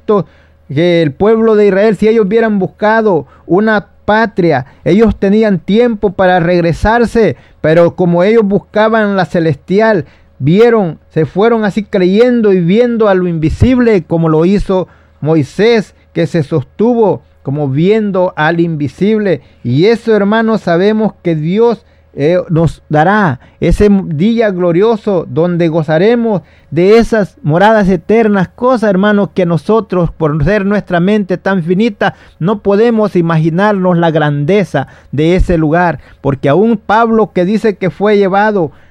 el pueblo de Israel, si ellos hubieran buscado una patria, ellos tenían tiempo para regresarse, pero como ellos buscaban la celestial, se fueron así creyendo y viendo a lo invisible, como lo hizo Moisés, que se sostuvo como viendo al invisible. Y eso, hermanos, sabemos que Dios nos dará ese día glorioso donde gozaremos de esas moradas eternas, cosas, hermanos, que nosotros, por ser nuestra mente tan finita, no podemos imaginarnos la grandeza de ese lugar, porque aún Pablo, que dice que fue llevado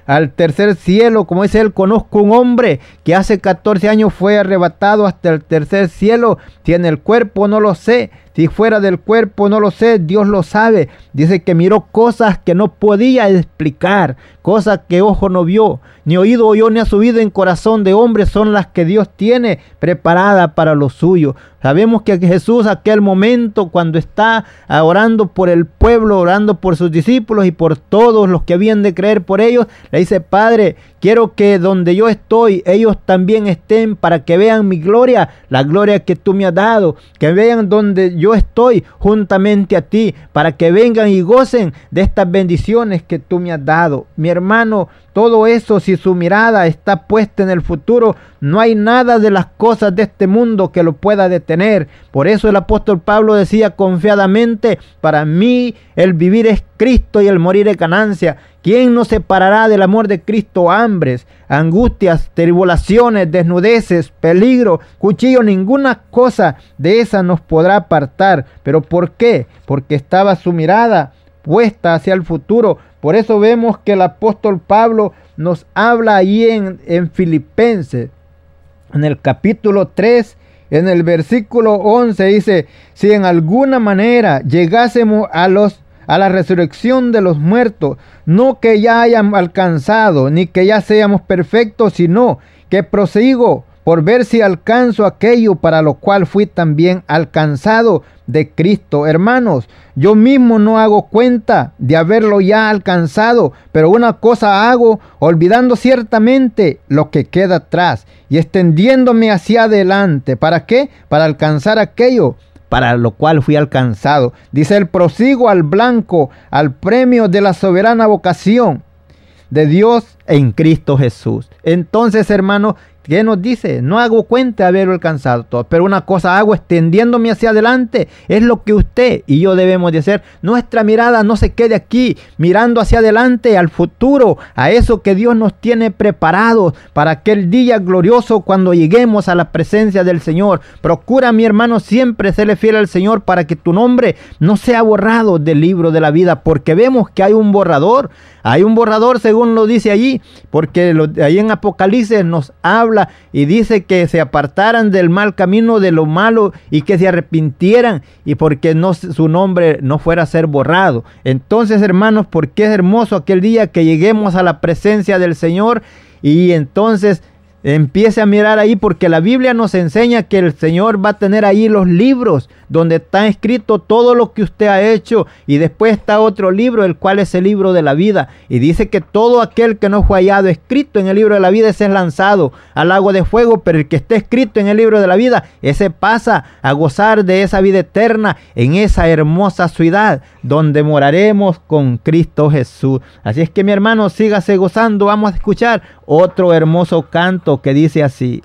al tercer cielo. Como dice él, conozco un hombre que hace 14 años fue arrebatado hasta el tercer cielo. Si en el cuerpo no lo sé, si fuera del cuerpo no lo sé, Dios lo sabe. Dice que miró cosas que no podía explicar, cosas que ojo no vio, ni oído oyó, ni ha subido en corazón de hombre, son las que Dios tiene preparadas para los suyos. Sabemos que Jesús, aquel momento cuando está orando por el pueblo, orando por sus discípulos y por todos los que habían de creer por ellos, le dice: Padre, quiero que donde yo estoy, ellos también estén, para que vean mi gloria, la gloria que tú me has dado, que vean donde yo estoy juntamente a ti, para que vengan y gocen de estas bendiciones que tú me has dado. Mi hermano, todo eso, si su mirada está puesta en el futuro, no hay nada de las cosas de este mundo que lo pueda detener. Por eso el apóstol Pablo decía confiadamente: para mí el vivir es Cristo y el morir es ganancia. ¿Quién nos separará del amor de Cristo? Hambres, angustias, tribulaciones, desnudeces, peligro, cuchillo. Ninguna cosa de esa nos podrá apartar. ¿Pero por qué? Porque estaba su mirada puesta hacia el futuro. Por eso vemos que el apóstol Pablo nos habla ahí en Filipenses, en el capítulo 3, en el versículo 11, dice: si en alguna manera llegásemos a la resurrección de los muertos, no que ya hayamos alcanzado, ni que ya seamos perfectos, sino que prosigo por ver si alcanzo aquello para lo cual fui también alcanzado de Cristo. Hermanos, yo mismo no hago cuenta de haberlo ya alcanzado, pero una cosa hago, olvidando ciertamente lo que queda atrás y extendiéndome hacia adelante. ¿Para qué? Para alcanzar aquello para lo cual fui alcanzado. Dice él: prosigo al blanco, al premio de la soberana vocación de Dios en Cristo Jesús. Entonces, hermanos, ¿qué nos dice? No hago cuenta de haberlo alcanzado todo, pero una cosa hago, extendiéndome hacia adelante. Es lo que usted y yo debemos de hacer. Nuestra mirada no se quede aquí, mirando hacia adelante, al futuro, a eso que Dios nos tiene preparado para aquel día glorioso cuando lleguemos a la presencia del Señor. Procura, mi hermano, siempre serle fiel al Señor para que tu nombre no sea borrado del libro de la vida, porque vemos que hay un borrador. Hay un borrador, según lo dice allí, porque ahí en Apocalipsis nos habla y dice que se apartaran del mal camino, de lo malo, y que se arrepintieran, y porque su nombre no fuera a ser borrado. Entonces, hermanos, porque es hermoso aquel día que lleguemos a la presencia del Señor, y entonces empiece a mirar ahí, porque la Biblia nos enseña que el Señor va a tener ahí los libros donde está escrito todo lo que usted ha hecho, y después está otro libro, el cual es el libro de la vida, y dice que todo aquel que no fue hallado escrito en el libro de la vida, ese es lanzado al lago de fuego, pero el que esté escrito en el libro de la vida, ese pasa a gozar de esa vida eterna en esa hermosa ciudad donde moraremos con Cristo Jesús. Así es que, mi hermano, sígase gozando. Vamos a escuchar otro hermoso canto que dice así: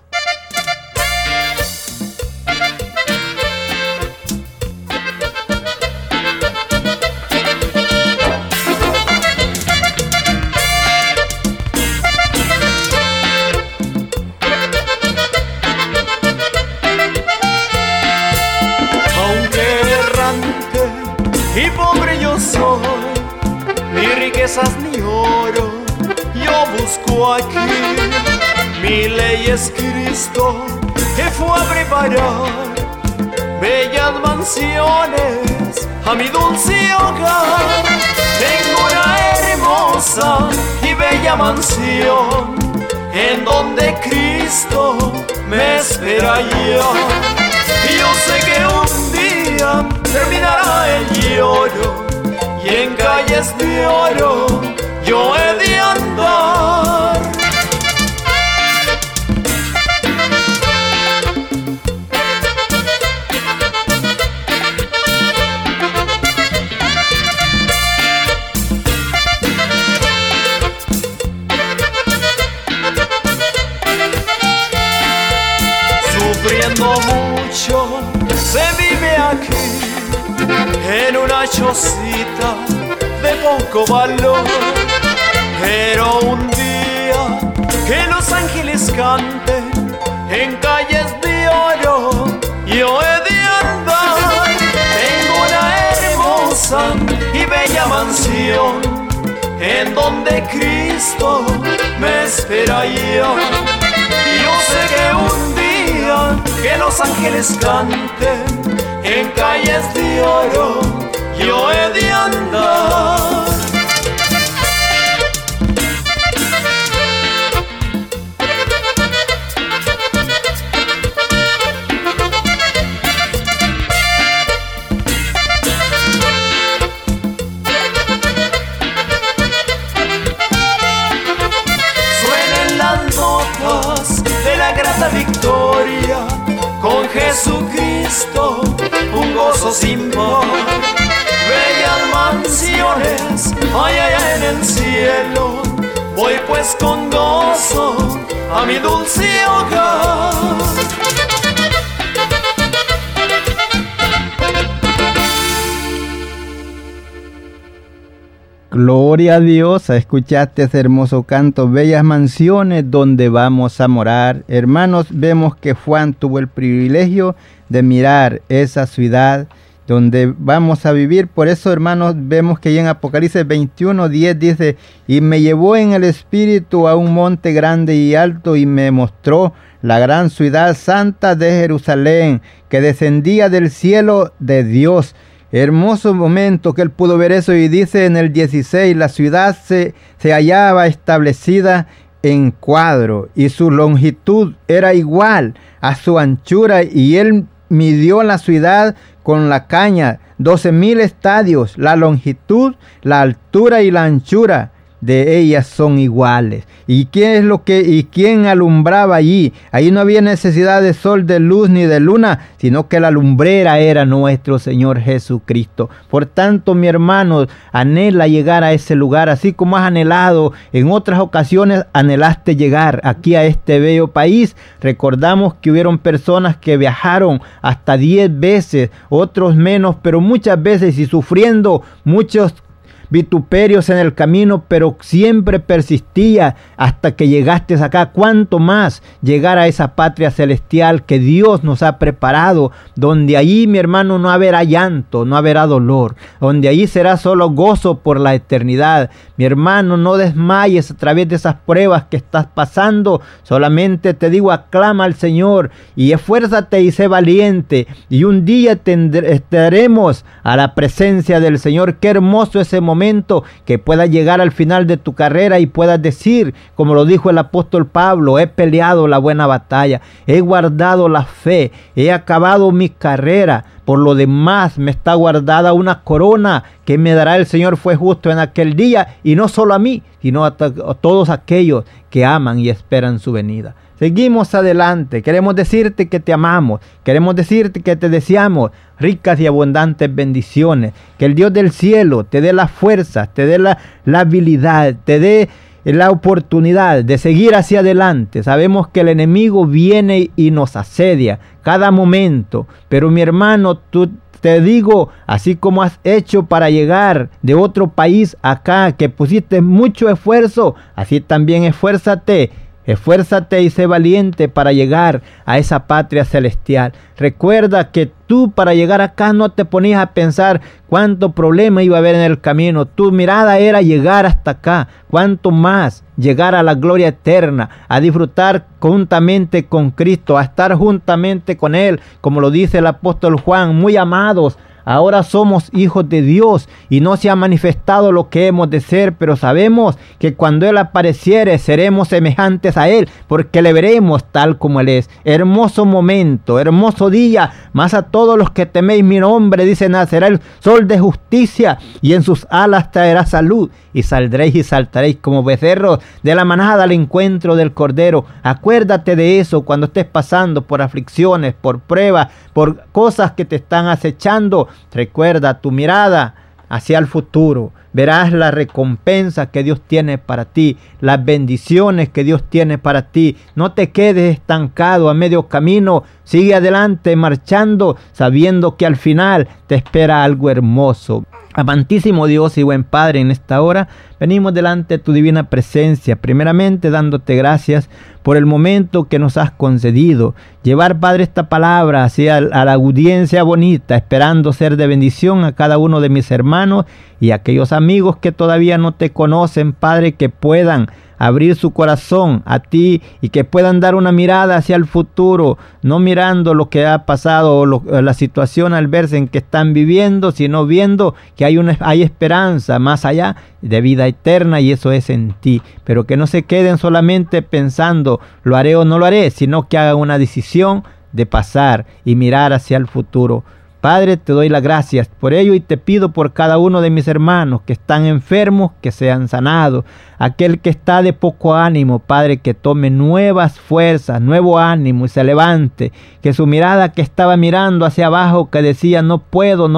y pobre yo soy, ni riquezas ni oro yo busco aquí. Mi ley es Cristo, que fue a preparar bellas mansiones a mi dulce hogar. Tengo una hermosa y bella mansión, en donde Cristo me espera ya. Y yo sé que un día terminará el lloro, y en calles de oro yo he de andar. Sufriendo mucho se vive aquí, en una chocita de poco valor. Pero un día que los ángeles canten en calles de oro, yo he de andar. Tengo una hermosa y bella mansión, en donde Cristo me espera ya. Yo sé que un día que los ángeles canten en calles de oro, yo he de andar. De la grata victoria con Jesucristo, un gozo sin par. Bellas mansiones hay allá en el cielo, voy pues con gozo a mi dulce hogar. Gloria a Dios, escuchaste ese hermoso canto, bellas mansiones donde vamos a morar. Hermanos, vemos que Juan tuvo el privilegio de mirar esa ciudad donde vamos a vivir. Por eso, hermanos, vemos que ahí en Apocalipsis 21:10 dice: y me llevó en el espíritu a un monte grande y alto, y me mostró la gran ciudad santa de Jerusalén, que descendía del cielo de Dios. Hermoso momento que él pudo ver eso, y dice en el 16, la ciudad se hallaba establecida en cuadro, y su longitud era igual a su anchura, y él midió la ciudad con la caña, 12,000 estadios, la longitud, la altura y la anchura de ellas son iguales. ¿Y quién alumbraba allí? Ahí no había necesidad de sol, de luz ni de luna, sino que la lumbrera era nuestro Señor Jesucristo. Por tanto, mi hermano, anhela llegar a ese lugar, así como has anhelado en otras ocasiones, anhelaste llegar aquí a este bello país. Recordamos que hubieron personas que viajaron hasta 10 veces, otros menos, pero muchas veces, y sufriendo muchos vituperios en el camino, pero siempre persistía hasta que llegaste acá. Cuánto más llegar a esa patria celestial que Dios nos ha preparado, donde allí, mi hermano, no habrá llanto, no habrá dolor, donde allí será solo gozo por la eternidad. Mi hermano, no desmayes a través de esas pruebas que estás pasando. Solamente te digo, aclama al Señor y esfuérzate y sé valiente, y un día estaremos a la presencia del Señor. Qué hermoso ese momento, que puedas llegar al final de tu carrera y puedas decir, como lo dijo el apóstol Pablo: he peleado la buena batalla, he guardado la fe, he acabado mi carrera, por lo demás me está guardada una corona que me dará el Señor. Fue justo en aquel día, y no solo a mí, sino a todos aquellos que aman y esperan su venida. Seguimos adelante. Queremos decirte que te amamos. Queremos decirte que te deseamos ricas y abundantes bendiciones. Que el Dios del cielo te dé la fuerza, te dé la habilidad, te dé la oportunidad de seguir hacia adelante. Sabemos que el enemigo viene y nos asedia cada momento. Pero mi hermano, te digo, así como has hecho para llegar de otro país acá, que pusiste mucho esfuerzo, así también esfuérzate y sé valiente para llegar a esa patria celestial. Recuerda que tú, para llegar acá, no te ponías a pensar cuánto problema iba a haber en el camino. Tu mirada era llegar hasta acá. Cuánto más llegar a la gloria eterna, a disfrutar juntamente con Cristo, a estar juntamente con Él, como lo dice el apóstol Juan: muy amados, ahora somos hijos de Dios, y no se ha manifestado lo que hemos de ser, pero sabemos que cuando Él apareciere seremos semejantes a Él, porque le veremos tal como Él es. Hermoso momento, hermoso día. Más a todos los que teméis mi nombre, dice, nacerá el sol de justicia, y en sus alas traerá salud, y saldréis y saltaréis como becerros de la manada al encuentro del Cordero. Acuérdate de eso cuando estés pasando por aflicciones, por pruebas, por cosas que te están acechando. Recuerda tu mirada hacia el futuro. Verás la recompensa que Dios tiene para ti, las bendiciones que Dios tiene para ti. No te quedes estancado a medio camino. Sigue adelante marchando, sabiendo que al final te espera algo hermoso. Amantísimo Dios y buen Padre, en esta hora venimos delante de tu divina presencia, primeramente dándote gracias por el momento que nos has concedido. Llevar, Padre, esta palabra hacia la audiencia bonita, esperando ser de bendición a cada uno de mis hermanos y a aquellos amigos que todavía no te conocen, Padre, que puedan abrir su corazón a ti y que puedan dar una mirada hacia el futuro, no mirando lo que ha pasado o la situación al verse en que están viviendo, sino viendo que hay esperanza más allá de vida eterna, y eso es en ti. Pero que no se queden solamente pensando lo haré o no lo haré, sino que hagan una decisión de pasar y mirar hacia el futuro. Padre, te doy las gracias por ello y te pido por cada uno de mis hermanos que están enfermos, que sean sanados. Aquel que está de poco ánimo, Padre, que tome nuevas fuerzas, nuevo ánimo y se levante. Que su mirada que estaba mirando hacia abajo, que decía no puedo,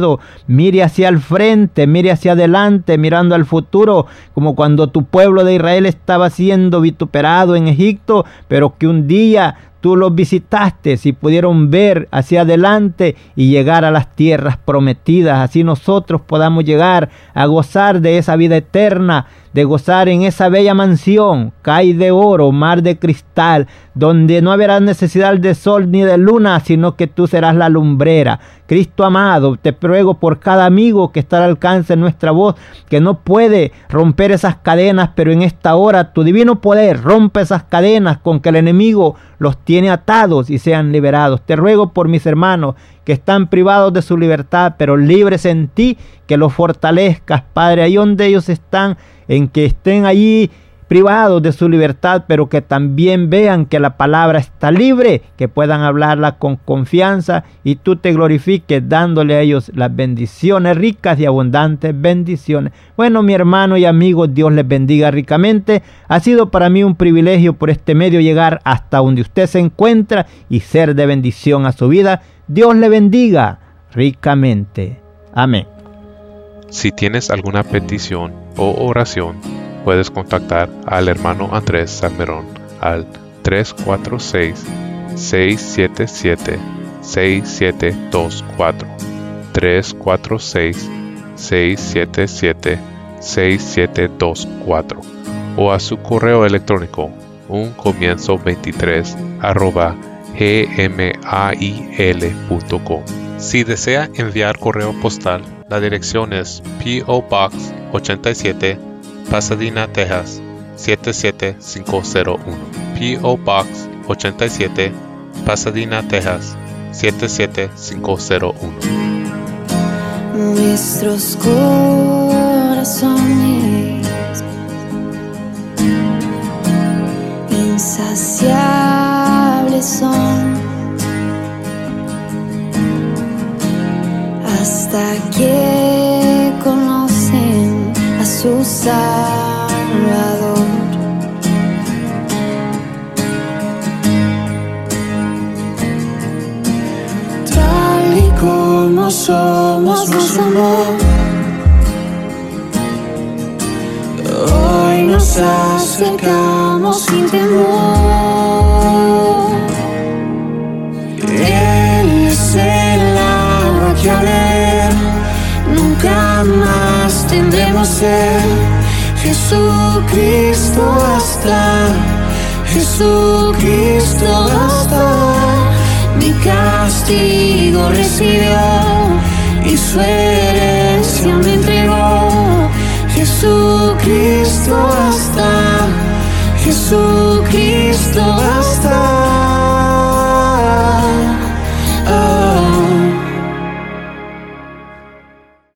mire hacia el frente, mire hacia adelante, mirando al futuro, como cuando tu pueblo de Israel estaba siendo vituperado en Egipto, pero que un día tú los visitaste y pudieron ver hacia adelante y llegar a las tierras prometidas. Así nosotros podamos llegar a gozar de esa vida eterna, de gozar en esa bella mansión, calle de oro, mar de cristal, donde no habrá necesidad de sol ni de luna, sino que tú serás la lumbrera. Cristo amado, te ruego por cada amigo que está al alcance de nuestra voz, que no puede romper esas cadenas, pero en esta hora tu divino poder rompe esas cadenas con que el enemigo los tiene atados y sean liberados. Te ruego por mis hermanos que están privados de su libertad, pero libres en ti, que los fortalezcas, Padre, ahí donde ellos están, en que estén allí privados de su libertad, pero que también vean que la palabra está libre, que puedan hablarla con confianza y tú te glorifiques dándole a ellos las bendiciones, ricas y abundantes bendiciones. Bueno, mi hermano y amigo, Dios les bendiga ricamente. Ha sido para mí un privilegio por este medio llegar hasta donde usted se encuentra y ser de bendición a su vida. Dios le bendiga ricamente. Amén. Si tienes alguna petición o oración, puedes contactar al hermano Andrés Salmerón al 346-677-6724, 346-677-6724, o a su correo electrónico uncomienzo23@gmail.com. Si desea enviar correo postal, la dirección es P.O. Box 87, Pasadena, Texas 77501. P.O. Box 87, Pasadena, Texas 77501. Nuestros corazones insaciables son hasta que conocen a su Salvador. Tal y como somos, nos amó. Hoy nos acercamos sin temor. Él es el agua que a ver nunca más tendremos sed. Jesucristo basta, Jesucristo basta. Mi castigo recibió y su herencia me entregó. Jesucristo basta, Jesucristo basta.